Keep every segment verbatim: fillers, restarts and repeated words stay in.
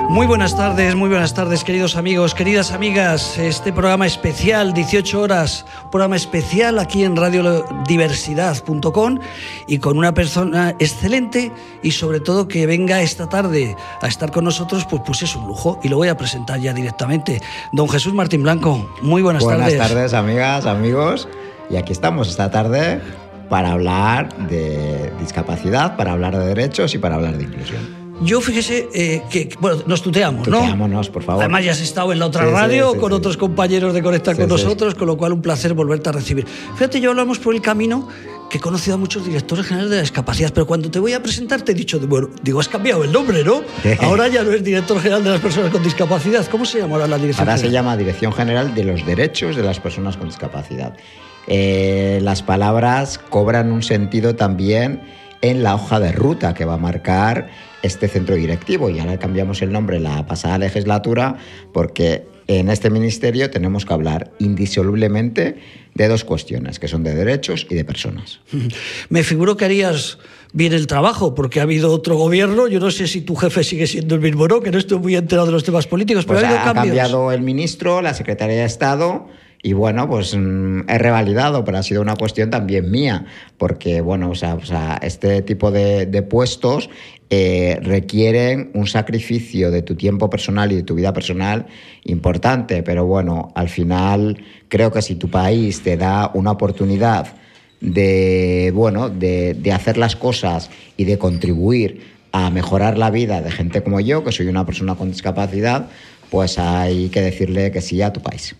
Muy buenas tardes, muy buenas tardes, queridos amigos, queridas amigas. Este programa especial, dieciocho horas, programa especial aquí en radio diversidad punto com y con una persona excelente y sobre todo que venga esta tarde a estar con nosotros, pues, pues es un lujo y lo voy a presentar ya directamente. Don Jesús Martín Blanco, muy buenas, buenas tardes. Buenas tardes, amigas, amigos, y aquí estamos esta tarde para hablar de discapacidad, para hablar de derechos y para hablar de inclusión. Yo fíjese eh, que, bueno, nos tuteamos, ¿no? Tuteámonos, por favor. Además ya has estado en la otra sí, radio sí, sí, con sí. otros compañeros de Conectar sí, con sí. nosotros, con lo cual un placer volverte a recibir. Fíjate, yo hablamos por el camino que he conocido a muchos directores generales de la discapacidad, pero cuando te voy a presentar te he dicho, bueno, digo, has cambiado el nombre, ¿no? Ahora ya no es director general de las personas con discapacidad. ¿Cómo se llama ahora la dirección Ahora general? se llama Dirección General de los Derechos de las Personas con Discapacidad. Eh, las palabras cobran un sentido también en la hoja de ruta que va a marcar este centro directivo, y ahora cambiamos el nombre la pasada legislatura porque en este ministerio tenemos que hablar indisolublemente de dos cuestiones, que son de derechos y de personas. Me figuro que harías bien el trabajo, porque ha habido otro gobierno, yo no sé si tu jefe sigue siendo el mismo, ¿no? Que no estoy muy enterado de los temas políticos, pero pues ha habido ha, cambios. Ha cambiado el ministro, la secretaria de Estado. Y bueno, pues mmm, he revalidado, pero ha sido una cuestión también mía, porque bueno, o sea, o sea este tipo de, de puestos eh, requieren un sacrificio de tu tiempo personal y de tu vida personal importante, pero bueno, al final creo que si tu país te da una oportunidad de, bueno, de, de hacer las cosas y de contribuir a mejorar la vida de gente como yo, que soy una persona con discapacidad, pues hay que decirle que sí a tu país.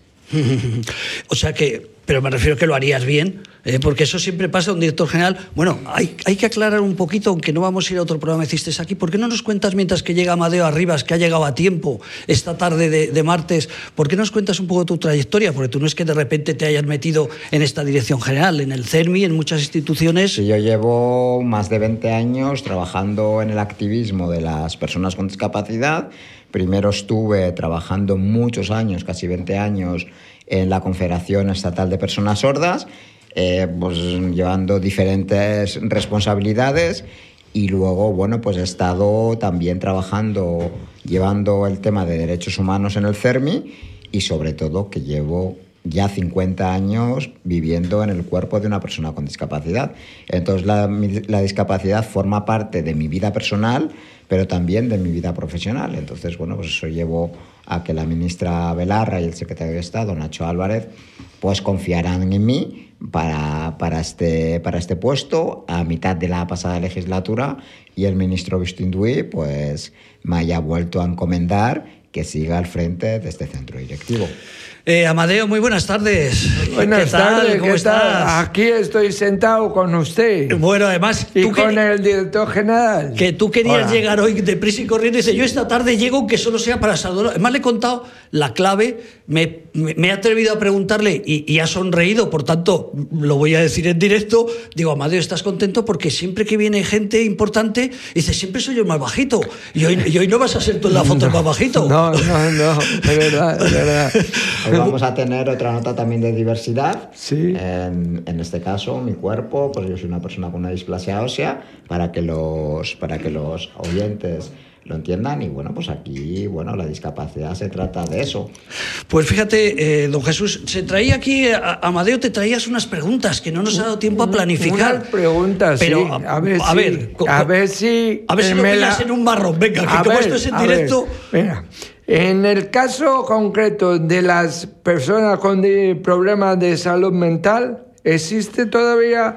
O sea que, pero me refiero que lo harías bien, eh, porque eso siempre pasa a un director general. Bueno, hay, hay que aclarar un poquito, aunque no vamos a ir a otro programa, hiciste aquí, ¿por qué no nos cuentas mientras que llega Amadeo Arribas, que ha llegado a tiempo esta tarde de, de martes, ¿por qué no nos cuentas un poco tu trayectoria? Porque tú no es que de repente te hayas metido en esta dirección general, en el CERMI, en muchas instituciones. Sí, yo llevo más de veinte años trabajando en el activismo de las personas con discapacidad. Primero estuve trabajando muchos años, casi veinte años, en la Confederación Estatal de Personas Sordas, eh, pues llevando diferentes responsabilidades, y luego, bueno, pues he estado también trabajando, llevando el tema de derechos humanos en el CERMI, y sobre todo que llevo ya cincuenta años viviendo en el cuerpo de una persona con discapacidad. Entonces la, la discapacidad forma parte de mi vida personal, pero también de mi vida profesional. Entonces, bueno, pues eso llevó a que la ministra Belarra y el secretario de Estado, Nacho Álvarez, pues confiaran en mí para, para, este, para este puesto a mitad de la pasada legislatura, y el ministro Vistinduí pues me haya vuelto a encomendar que siga al frente de este centro directivo. Eh, Amadeo, muy buenas tardes. Buenas ¿Qué tal? tardes, ¿Cómo ¿qué estás? tal? Aquí estoy sentado con usted. Bueno, además... Y tú con que, el director general. Que tú querías Hola. llegar hoy de prisa y corriendo. Dice, yo esta tarde llego aunque solo sea para saludar. Además le he contado la clave, me, me, me he atrevido a preguntarle y, y ha sonreído, por tanto, lo voy a decir en directo. Digo, Amadeo, ¿estás contento? Porque siempre que viene gente importante, dice, siempre soy yo el más bajito. Y hoy, y hoy no vas a ser tú en la foto no, el más bajito. No, no, no, es verdad, es verdad. Hoy vamos a tener otra nota también de diversidad. Sí. En, en este caso, mi cuerpo, pues yo soy una persona con una displasia ósea, para que los, para que los oyentes lo entiendan. Y bueno, pues aquí, bueno, la discapacidad se trata de eso. Pues fíjate, eh, don Jesús, se traía aquí, a Amadeo, te traías unas preguntas que no nos ha dado tiempo a planificar. Unas preguntas, pero, sí. A ver, a si, ver, a ver si... A ver si lo pillas la... en un marrón. Venga, que a como ver, esto es en directo... Ver, venga. En el caso concreto de las personas con problemas de salud mental, ¿existe todavía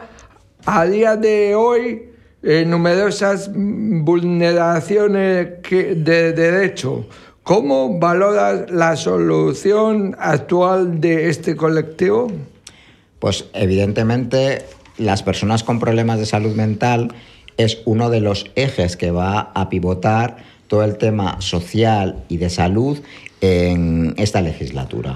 a día de hoy eh, numerosas vulneraciones que, de derecho? ¿Cómo valoras la solución actual de este colectivo? Pues evidentemente las personas con problemas de salud mental es uno de los ejes que va a pivotar todo el tema social y de salud en esta legislatura.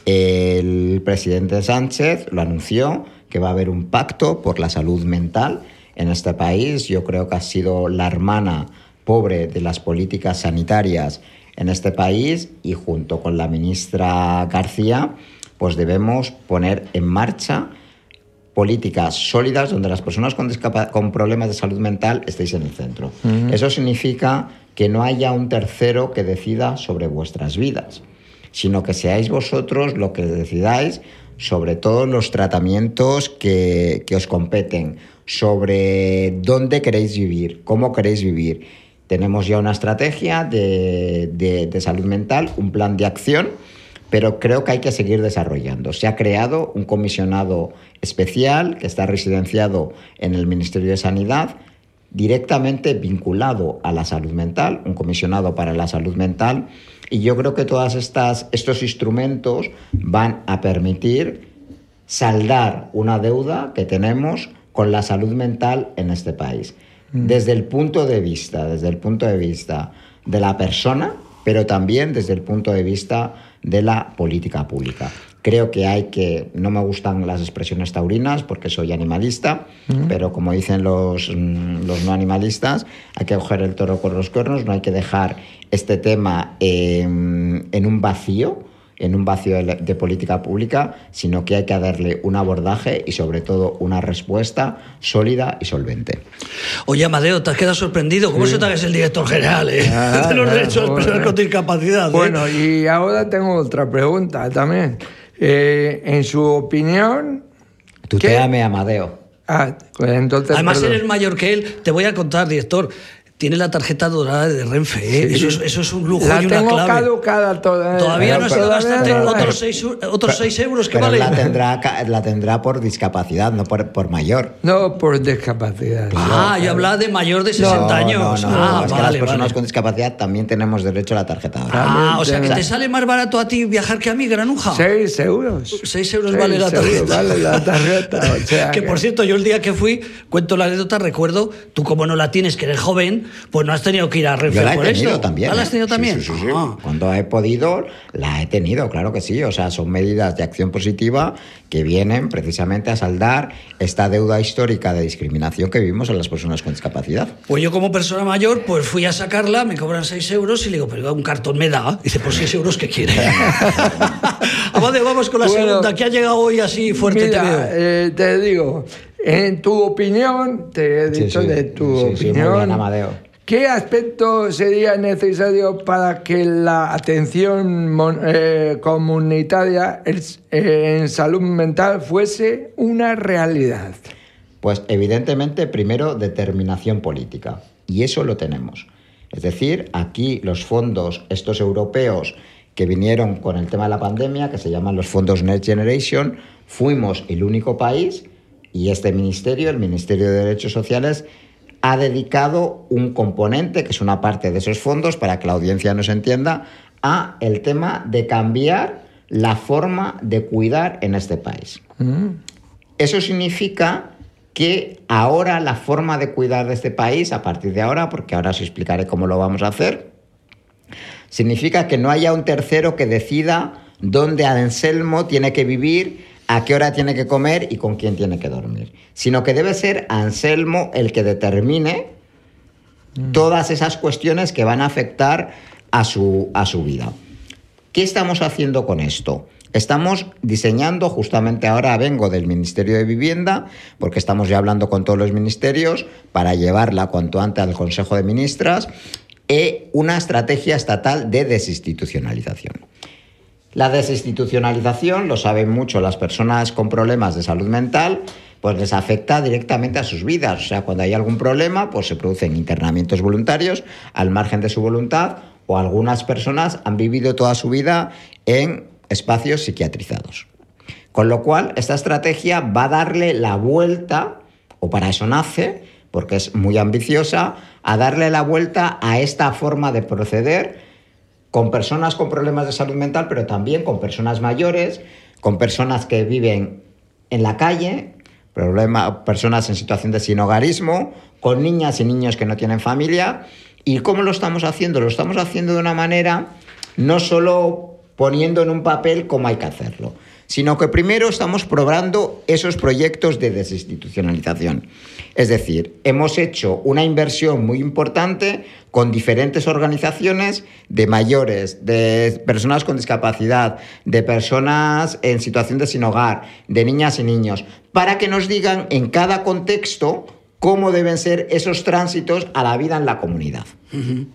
El presidente Sánchez lo anunció, que va a haber un pacto por la salud mental en este país. Yo creo que ha sido la hermana pobre de las políticas sanitarias en este país, y junto con la ministra García pues debemos poner en marcha políticas sólidas donde las personas con, con problemas de salud mental estéis en el centro. Uh-huh. Eso significa que no haya un tercero que decida sobre vuestras vidas, sino que seáis vosotros lo que decidáis sobre todos los tratamientos que, que os competen, sobre dónde queréis vivir, cómo queréis vivir. Tenemos ya una estrategia de, de, de salud mental, un plan de acción, pero creo que hay que seguir desarrollando. Se ha creado un comisionado especial que está residenciado en el Ministerio de Sanidad, directamente vinculado a la salud mental, un comisionado para la salud mental, y yo creo que todos estos instrumentos van a permitir saldar una deuda que tenemos con la salud mental en este país. Mm. Desde el punto de vista, desde el punto de vista de la persona, pero también desde el punto de vista de la política pública. Creo que hay que... No me gustan las expresiones taurinas porque soy animalista, uh-huh. pero como dicen los, los no animalistas, hay que coger el toro por los cuernos, no hay que dejar este tema eh, en un vacío, en un vacío de, de política pública, sino que hay que darle un abordaje y sobre todo una respuesta sólida y solvente. Oye, Amadeo, ¿te has quedado sorprendido? ¿Cómo sí. se te es el director general eh? ah, de los ah, derechos de las personas con discapacidad? Bueno, ¿eh? Y ahora tengo otra pregunta también. Eh, en su opinión... Tú te ame, Amadeo. Ah, pues entonces... Además, perdón. eres mayor que él. Te voy a contar, director. Tiene la tarjeta dorada de Renfe, ¿eh? Sí. Eso, es, eso es un lujo la y una tengo clave. caducada toda. Todavía no se lo gastaste no, otros seis, otros seis euros que pero vale. La tendrá, la tendrá por discapacidad, no por, por mayor. No, por discapacidad. Ah, no, yo hablaba de mayor de sesenta no, años. No, no, ah, es vale, que las personas vale. con discapacidad también tenemos derecho a la tarjeta dorada. Ah, o sea que te sale más barato a ti viajar que a mí, granuja. Seis euros. Seis euros Seis vale la tarjeta. euros vale la tarjeta. O sea que, que por cierto, yo el día que fui, cuento la anécdota, recuerdo, tú como no la tienes, que eres joven, pues no has tenido que ir a Renfe Yo la he por tenido esto. también. ¿Ah, la has tenido ¿eh? también? Sí, sí, sí, sí. Ah. Cuando he podido, la he tenido, claro que sí. O sea, son medidas de acción positiva que vienen precisamente a saldar esta deuda histórica de discriminación que vivimos en las personas con discapacidad. Pues yo como persona mayor, pues fui a sacarla, me cobran seis euros y le digo, pero un cartón me da. Dice, pues seis euros que quiere. Amadeo, vamos con la bueno, segunda, que ha llegado hoy así fuerte. Mira, te veo. Eh, te digo, en tu opinión, te he dicho sí, sí, de tu sí, opinión. Sí, muy bien, Amadeo. ¿Qué aspecto sería necesario para que la atención mon, eh, comunitaria en salud mental fuese una realidad? Pues evidentemente, primero, determinación política. Y eso lo tenemos. Es decir, aquí los fondos, estos europeos que vinieron con el tema de la pandemia, que se llaman los fondos Next Generation, fuimos el único país, y este ministerio, el Ministerio de Derechos Sociales, ha dedicado un componente, que es una parte de esos fondos, para que la audiencia nos entienda, a el tema de cambiar la forma de cuidar en este país. Mm. Eso significa que ahora la forma de cuidar de este país, a partir de ahora, porque ahora os explicaré cómo lo vamos a hacer, significa que no haya un tercero que decida dónde Anselmo tiene que vivir, a qué hora tiene que comer y con quién tiene que dormir, sino que debe ser Anselmo el que determine mm. todas esas cuestiones que van a afectar a su, a su vida. ¿Qué estamos haciendo con esto? Estamos diseñando, justamente ahora vengo del Ministerio de Vivienda, porque estamos ya hablando con todos los ministerios para llevarla cuanto antes al Consejo de Ministras, e una estrategia estatal de desinstitucionalización. La desinstitucionalización, lo saben mucho las personas con problemas de salud mental, pues les afecta directamente a sus vidas. O sea, cuando hay algún problema, pues se producen internamientos voluntarios al margen de su voluntad, o algunas personas han vivido toda su vida en espacios psiquiatrizados. Con lo cual, esta estrategia va a darle la vuelta, o para eso nace, porque es muy ambiciosa, a darle la vuelta a esta forma de proceder con personas con problemas de salud mental, pero también con personas mayores, con personas que viven en la calle, problema, personas en situación de sinhogarismo, con niñas y niños que no tienen familia. ¿Y cómo lo estamos haciendo? Lo estamos haciendo de una manera no solo poniendo en un papel cómo hay que hacerlo, sino que primero estamos probando esos proyectos de desinstitucionalización. Es decir, hemos hecho una inversión muy importante con diferentes organizaciones de mayores, de personas con discapacidad, de personas en situación de sin hogar, de niñas y niños, para que nos digan en cada contexto cómo deben ser esos tránsitos a la vida en la comunidad. Uh-huh.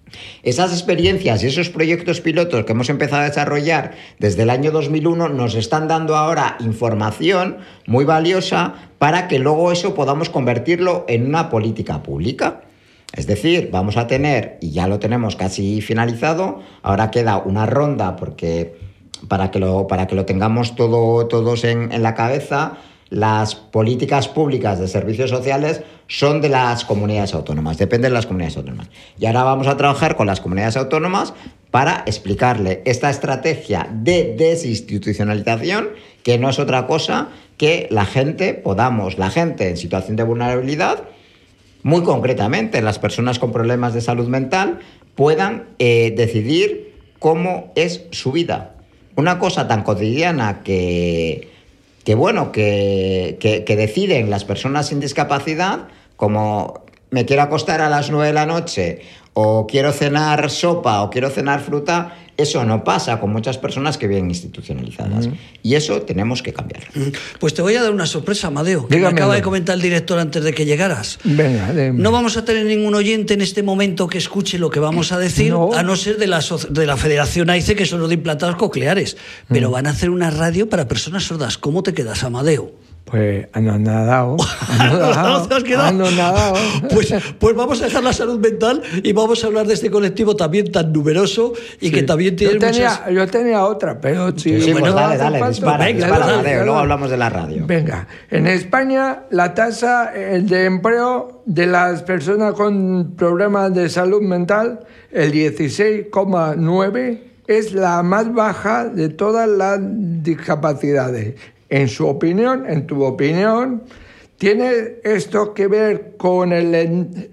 Esas experiencias y esos proyectos pilotos que hemos empezado a desarrollar desde el año dos mil uno nos están dando ahora información muy valiosa para que luego eso podamos convertirlo en una política pública. Es decir, vamos a tener, y ya lo tenemos casi finalizado, ahora queda una ronda porque para que lo, para que lo tengamos todo, todos en, en la cabeza. Las políticas públicas de servicios sociales son de las comunidades autónomas, dependen de las comunidades autónomas. Y ahora vamos a trabajar con las comunidades autónomas para explicarle esta estrategia de desinstitucionalización, que no es otra cosa que la gente, podamos, la gente en situación de vulnerabilidad, muy concretamente las personas con problemas de salud mental, puedan eh, decidir cómo es su vida. Una cosa tan cotidiana que... que bueno, que, que, que deciden las personas sin discapacidad, como me quiero acostar a las nueve de la noche, o quiero cenar sopa, o quiero cenar fruta, eso no pasa con muchas personas que viven institucionalizadas. Uh-huh. Y eso tenemos que cambiarlo. Uh-huh. Pues te voy a dar una sorpresa, Amadeo, que Dígamelo. me acaba de comentar el director antes de que llegaras. Venga, dígame. No vamos a tener ningún oyente en este momento que escuche lo que vamos a decir, no. a no ser de la, de la Federación A I C E, que son los de implantados cocleares. Pero uh-huh. van a hacer una radio para personas sordas. ¿Cómo te quedas, Amadeo? Pues anonadado, anonadado, anonadado. Pues, pues vamos a dejar la salud mental y vamos a hablar de este colectivo también tan numeroso y sí. que también tiene yo tenía, muchas... Yo tenía otra, pero sí, sí, bueno, pues dale, dale, dispara, venga, dispara, dale, Amadeo, dale. luego hablamos de la radio. Venga, en España la tasa de empleo de las personas con problemas de salud mental, el dieciséis coma nueve, es la más baja de todas las discapacidades. En su opinión, en tu opinión, ¿tiene esto que ver con el, el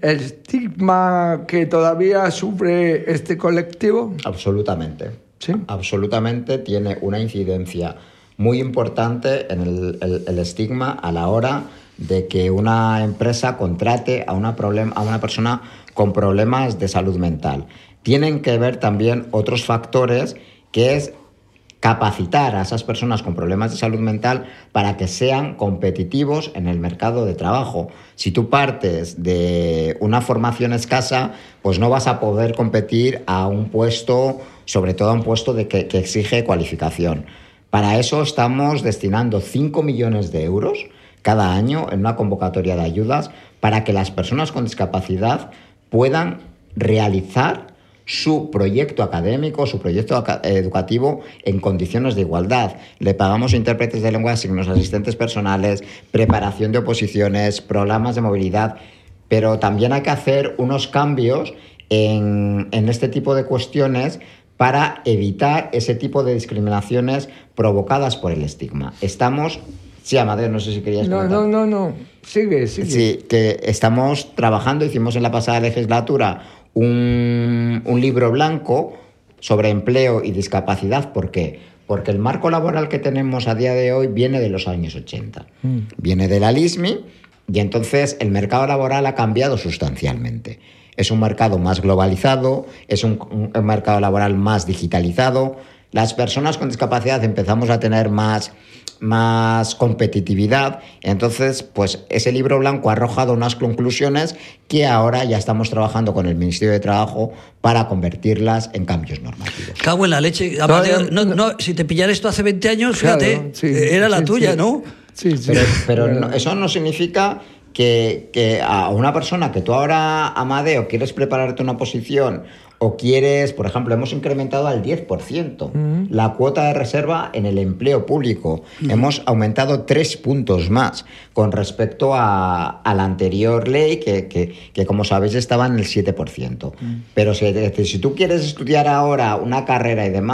estigma que todavía sufre este colectivo? Absolutamente. ¿Sí? Absolutamente tiene una incidencia muy importante en el, el, el estigma a la hora de que una empresa contrate a una, problem- a una persona con problemas de salud mental. Tienen que ver también otros factores, que es capacitar a esas personas con problemas de salud mental para que sean competitivos en el mercado de trabajo. Si tú partes de una formación escasa, pues no vas a poder competir a un puesto, sobre todo a un puesto de que, que exige cualificación. Para eso estamos destinando cinco millones de euros cada año en una convocatoria de ayudas para que las personas con discapacidad puedan realizar su proyecto académico, su proyecto educativo en condiciones de igualdad. Le pagamos intérpretes de lengua de signos, asistentes personales, preparación de oposiciones, programas de movilidad, pero también hay que hacer unos cambios en, en este tipo de cuestiones para evitar ese tipo de discriminaciones provocadas por el estigma. Estamos... Sí, Amadeo, no sé si querías No, comentar. no, no, no. Sigue, sigue. Sí, que estamos trabajando, hicimos en la pasada legislatura un, un libro blanco sobre empleo y discapacidad. ¿Por qué? Porque el marco laboral que tenemos a día de hoy viene de los años ochenta. Mm. Viene de la LISMI y entonces el mercado laboral ha cambiado sustancialmente. Es un mercado más globalizado, es un, un mercado laboral más digitalizado. Las personas con discapacidad empezamos a tener más... más competitividad. Entonces, pues ese libro blanco ha arrojado unas conclusiones que ahora ya estamos trabajando con el Ministerio de Trabajo para convertirlas en cambios normativos. Cago en la leche. Amadeo, no, no, si te pillara esto hace veinte años, fíjate, claro, sí, era la sí, tuya, sí. ¿no? Sí, sí. Pero, pero no, eso no significa que, que a una persona que tú ahora, Amadeo, quieres prepararte una posición o quieres, por ejemplo, hemos incrementado al diez por ciento uh-huh. la cuota de reserva en el empleo público. Uh-huh. Hemos aumentado tres puntos más con respecto a, a la anterior ley, que, que, que como sabéis estaba en el siete por ciento. Uh-huh. Pero si, si tú quieres estudiar ahora una carrera y demás,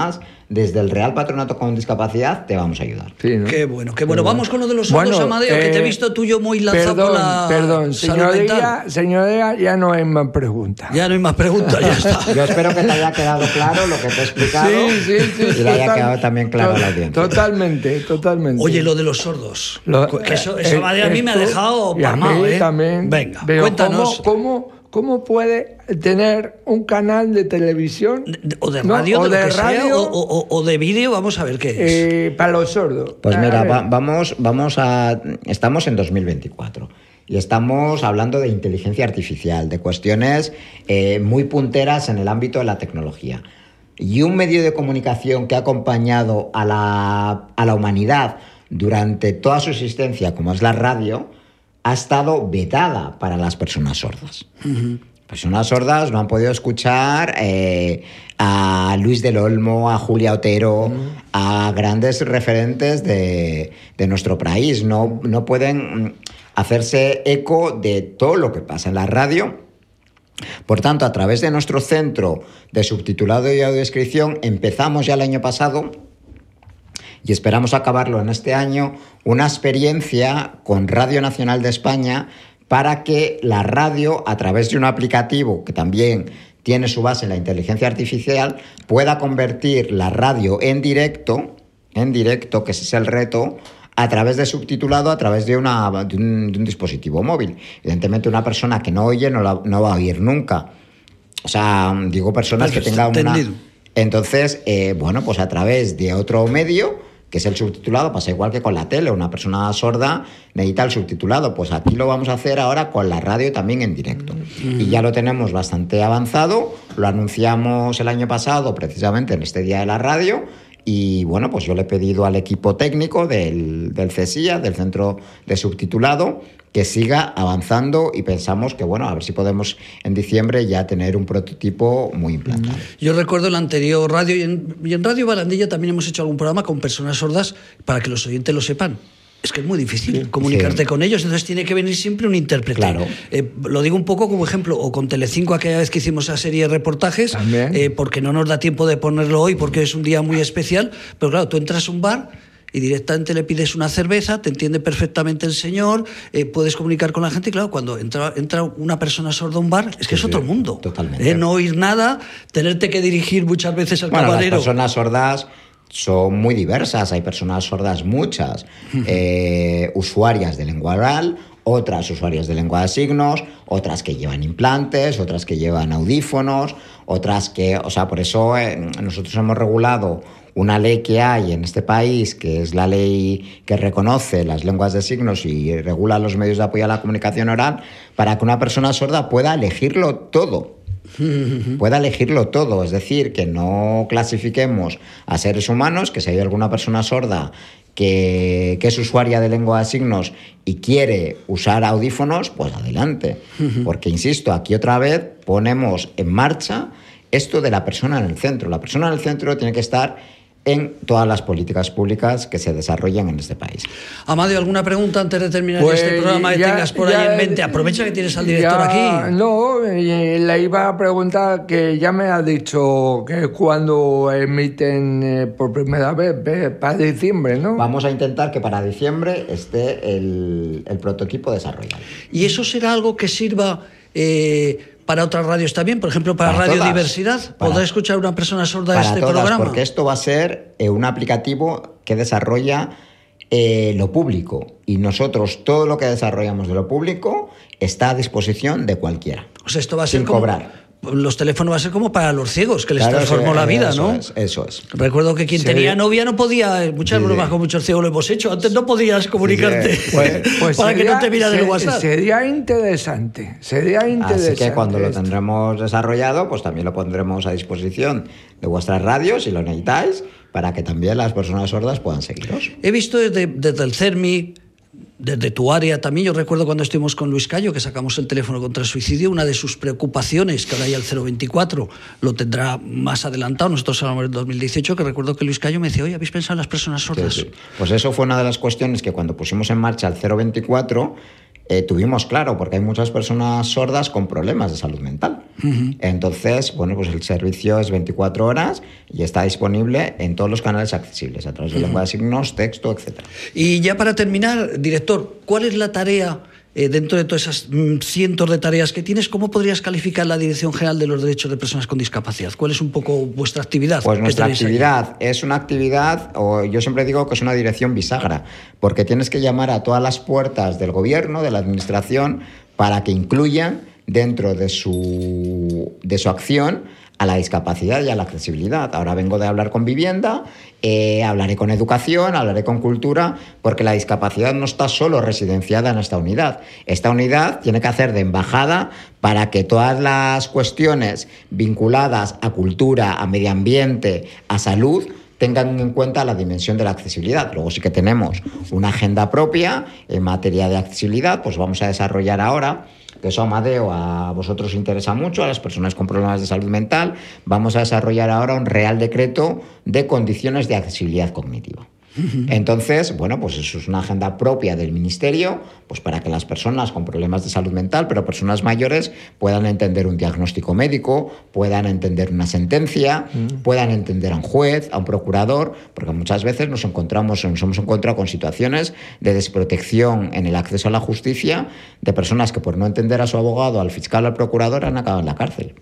desde el Real Patronato con Discapacidad te vamos a ayudar. Sí, ¿no? Qué bueno, qué bueno. Vamos con lo de los sordos, bueno, Amadeo, eh, que te he visto tuyo muy lanzado perdón, por la Perdón, señoría, señoría, ya no hay más preguntas. Ya no hay más preguntas, ya está. Yo espero que te haya quedado claro lo que te he explicado sí, sí, sí, y le haya quedado también claro to- a la audiencia. Totalmente, totalmente. Oye, lo de los sordos. Lo, que eso, eso eh, a mí me ha dejado pasmado, ¿eh? También. Venga, Pero cuéntanos. ¿cómo, cómo, ¿Cómo puede tener un canal de televisión o de radio, ¿no? o de, de lo que radio sea, o, o, o de vídeo? Vamos a ver qué es. Eh, para los sordos. Pues mira, a va, vamos, vamos a... Estamos en dos mil veinticuatro y estamos hablando de inteligencia artificial, de cuestiones eh, muy punteras en el ámbito de la tecnología. Y un medio de comunicación que ha acompañado a la, a la humanidad durante toda su existencia, como es la radio, ha estado vedada para las personas sordas. Uh-huh. Personas sordas no han podido escuchar eh, a Luis del Olmo, a Julia Otero, uh-huh. a grandes referentes de, de nuestro país. No, no pueden hacerse eco de todo lo que pasa en la radio. Por tanto, a través de nuestro centro de subtitulado y audiodescripción, empezamos ya el año pasado y esperamos acabarlo en este año, una experiencia con Radio Nacional de España para que la radio, a través de un aplicativo que también tiene su base en la inteligencia artificial, pueda convertir la radio en directo, en directo, que ese es el reto, a través de subtitulado, a través de, una, de, un, de un dispositivo móvil. Evidentemente, una persona que no oye no, la, no va a oír nunca. O sea, digo personas pues que tengan entendido. una... Entonces, eh, bueno, pues a través de otro medio, que es el subtitulado, pasa igual que con la tele. Una persona sorda necesita el subtitulado. Pues aquí lo vamos a hacer ahora con la radio también en directo. Mm. Y ya lo tenemos bastante avanzado. Lo anunciamos el año pasado, precisamente en este Día de la Radio. Y bueno, pues yo le he pedido al equipo técnico del, del CESIA, del Centro de Subtitulado, que siga avanzando y pensamos que, bueno, a ver si podemos en diciembre ya tener un prototipo muy implantado. Yo recuerdo el anterior radio, y en, y en Radio Barandilla también hemos hecho algún programa con personas sordas para que los oyentes lo sepan. Es que es muy difícil sí, comunicarte sí. con ellos, entonces tiene que venir siempre un intérprete. Claro. Eh, lo digo un poco como ejemplo, o con Telecinco aquella vez que hicimos esa serie de reportajes, eh, porque no nos da tiempo de ponerlo hoy porque es un día muy especial, pero claro, tú entras a un bar y directamente le pides una cerveza, te entiende perfectamente el señor, eh, puedes comunicar con la gente y claro, cuando entra, entra una persona sorda a un bar, es que sí, es otro sí, mundo. Totalmente. Eh, no oír nada, tenerte que dirigir muchas veces al bueno, camarero. Las personas sordas son muy diversas, hay personas sordas muchas, eh, usuarias de lengua oral, otras usuarias de lengua de signos, otras que llevan implantes, otras que llevan audífonos, otras que, o sea, por eso eh, nosotros hemos regulado una ley que hay en este país, que es la ley que reconoce las lenguas de signos y regula los medios de apoyo a la comunicación oral, para que una persona sorda pueda elegirlo todo. Pueda elegirlo todo, es decir, que no clasifiquemos a seres humanos, que si hay alguna persona sorda que, que es usuaria de lengua de signos y quiere usar audífonos, pues adelante. Porque, insisto, aquí otra vez ponemos en marcha esto de la persona en el centro. La persona en el centro tiene que estar en todas las políticas públicas que se desarrollan en este país. Amadeo, ¿alguna pregunta antes de terminar pues este programa que tengas por ya, ahí en mente? Aprovecha que tienes al director ya, aquí. No, le iba a preguntar que ya me ha dicho que cuando emiten eh, por primera vez, para diciembre, ¿no? Vamos a intentar que para diciembre esté el, el prototipo desarrollado. ¿Y eso será algo que sirva eh, para otras radios también? Por ejemplo, para, para Radio todas. Diversidad. ¿Podrá para, escuchar una persona sorda para este todas, programa? Porque esto va a ser eh, un aplicativo que desarrolla eh, lo público. Y nosotros, todo lo que desarrollamos de lo público está a disposición de cualquiera. O sea, esto va a ser sin como... cobrar. Los teléfonos va a ser como para los ciegos, que les claro, transformó sí, la vida, eso ¿no? Es, eso es. Recuerdo que quien sí. tenía novia no podía, muchas sí. bromas con muchos ciegos lo hemos hecho, antes no podías comunicarte sí. pues, pues para sería, que no te miran el WhatsApp. Sería interesante, sería interesante. Así que cuando lo tendremos desarrollado, pues también lo pondremos a disposición de vuestras radios, si lo necesitáis, para que también las personas sordas puedan seguiros. He visto desde, desde el CERMI, desde tu área también, yo recuerdo cuando estuvimos con Luis Cayo, que sacamos el teléfono contra el suicidio, una de sus preocupaciones, que ahora ya el cero veinticuatro lo tendrá más adelantado, nosotros hablamos del dos mil dieciocho, que recuerdo que Luis Cayo me decía, oye, ¿habéis pensado en las personas sordas? Sí, sí. Pues eso fue una de las cuestiones que cuando pusimos en marcha el cero veinticuatro eh, tuvimos claro, porque hay muchas personas sordas con problemas de salud mental. Uh-huh. Entonces, bueno, pues el servicio es veinticuatro horas y está disponible en todos los canales accesibles, a través de uh-huh. lengua de signos, texto, etcétera. Y ya para terminar, director, ¿cuál es la tarea? Eh, dentro de todas esas mm, cientos de tareas que tienes, ¿cómo podrías calificar la Dirección General de los Derechos de Personas con Discapacidad? ¿Cuál es un poco vuestra actividad? Pues nuestra actividad ahí? Es una actividad, o yo siempre digo que es una dirección bisagra, porque tienes que llamar a todas las puertas del gobierno, de la administración, para que incluyan dentro de su, de su acción a la discapacidad y a la accesibilidad. Ahora vengo de hablar con vivienda, eh, hablaré con educación, hablaré con cultura, porque la discapacidad no está solo residenciada en esta unidad. Esta unidad tiene que hacer de embajada para que todas las cuestiones vinculadas a cultura, a medio ambiente, a salud, tengan en cuenta la dimensión de la accesibilidad. Luego sí que tenemos una agenda propia en materia de accesibilidad, pues vamos a desarrollar ahora, que eso, Amadeo, a vosotros os interesa mucho, a las personas con problemas de salud mental, vamos a desarrollar ahora un Real Decreto de condiciones de accesibilidad cognitiva. Entonces, bueno, pues eso es una agenda propia del Ministerio, pues para que las personas con problemas de salud mental, pero personas mayores, puedan entender un diagnóstico médico, puedan entender una sentencia, mm. puedan entender a un juez, a un procurador, porque muchas veces nos encontramos, nos hemos encontrado con situaciones de desprotección en el acceso a la justicia de personas que por no entender a su abogado, al fiscal o al procurador, han acabado en la cárcel.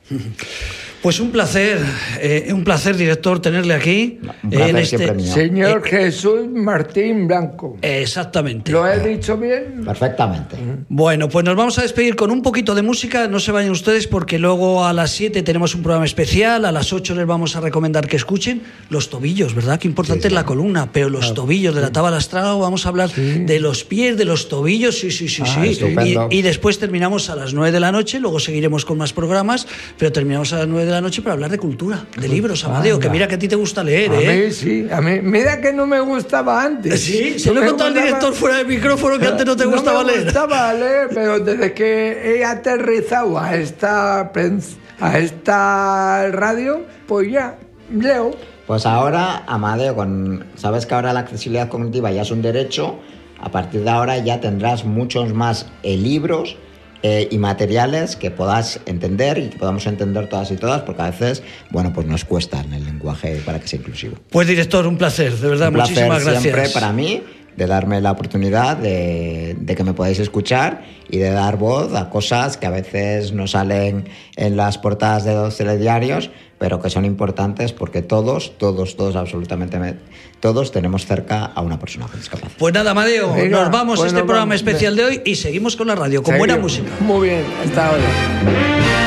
Pues un placer, eh, un placer, director, tenerle aquí. Un placer, en este... siempre mío. Señor eh, Jesús Martín Blanco. Exactamente. ¿Lo he dicho bien? Perfectamente. Bueno, pues nos vamos a despedir con un poquito de música. No se vayan ustedes porque luego a las siete tenemos un programa especial. A las ocho les vamos a recomendar que escuchen Los Tobillos, ¿verdad? Qué importante sí, sí. es la columna. Pero Los claro. Tobillos de la Tábara Estrada, vamos a hablar sí. de los pies, de los tobillos. Sí, sí, sí, ah, sí. Y, y después terminamos a las nueve de la noche. Luego seguiremos con más programas. Pero terminamos a las nueve de la noche para hablar de cultura, de libros, Amadeo, que mira que a ti te gusta leer, a ¿eh? A mí sí, a mí, mira que no me gustaba antes. Sí, se lo he contado al director fuera del micrófono que antes no te gustaba leer. No me gustaba leer, pero desde que he aterrizado a esta, a esta radio, pues ya, leo. Pues ahora, Amadeo, con, sabes que ahora la accesibilidad cognitiva ya es un derecho, a partir de ahora ya tendrás muchos más eh, libros Eh, y materiales que podáis entender y que podamos entender todas y todas, porque a veces, bueno, pues nos cuesta en el lenguaje para que sea inclusivo. Pues director, un placer, de verdad, un placer muchísimas gracias. Siempre para mí de darme la oportunidad de, de que me podáis escuchar y de dar voz a cosas que a veces no salen en las portadas de los telediarios, pero que son importantes porque todos, todos, todos, absolutamente todos tenemos cerca a una persona con discapacidad. Pues nada, Amadeo, Venga, nos vamos a pues este programa vamos. especial de hoy y seguimos con la radio, con Seguimos. buena música. Muy bien, hasta ahora.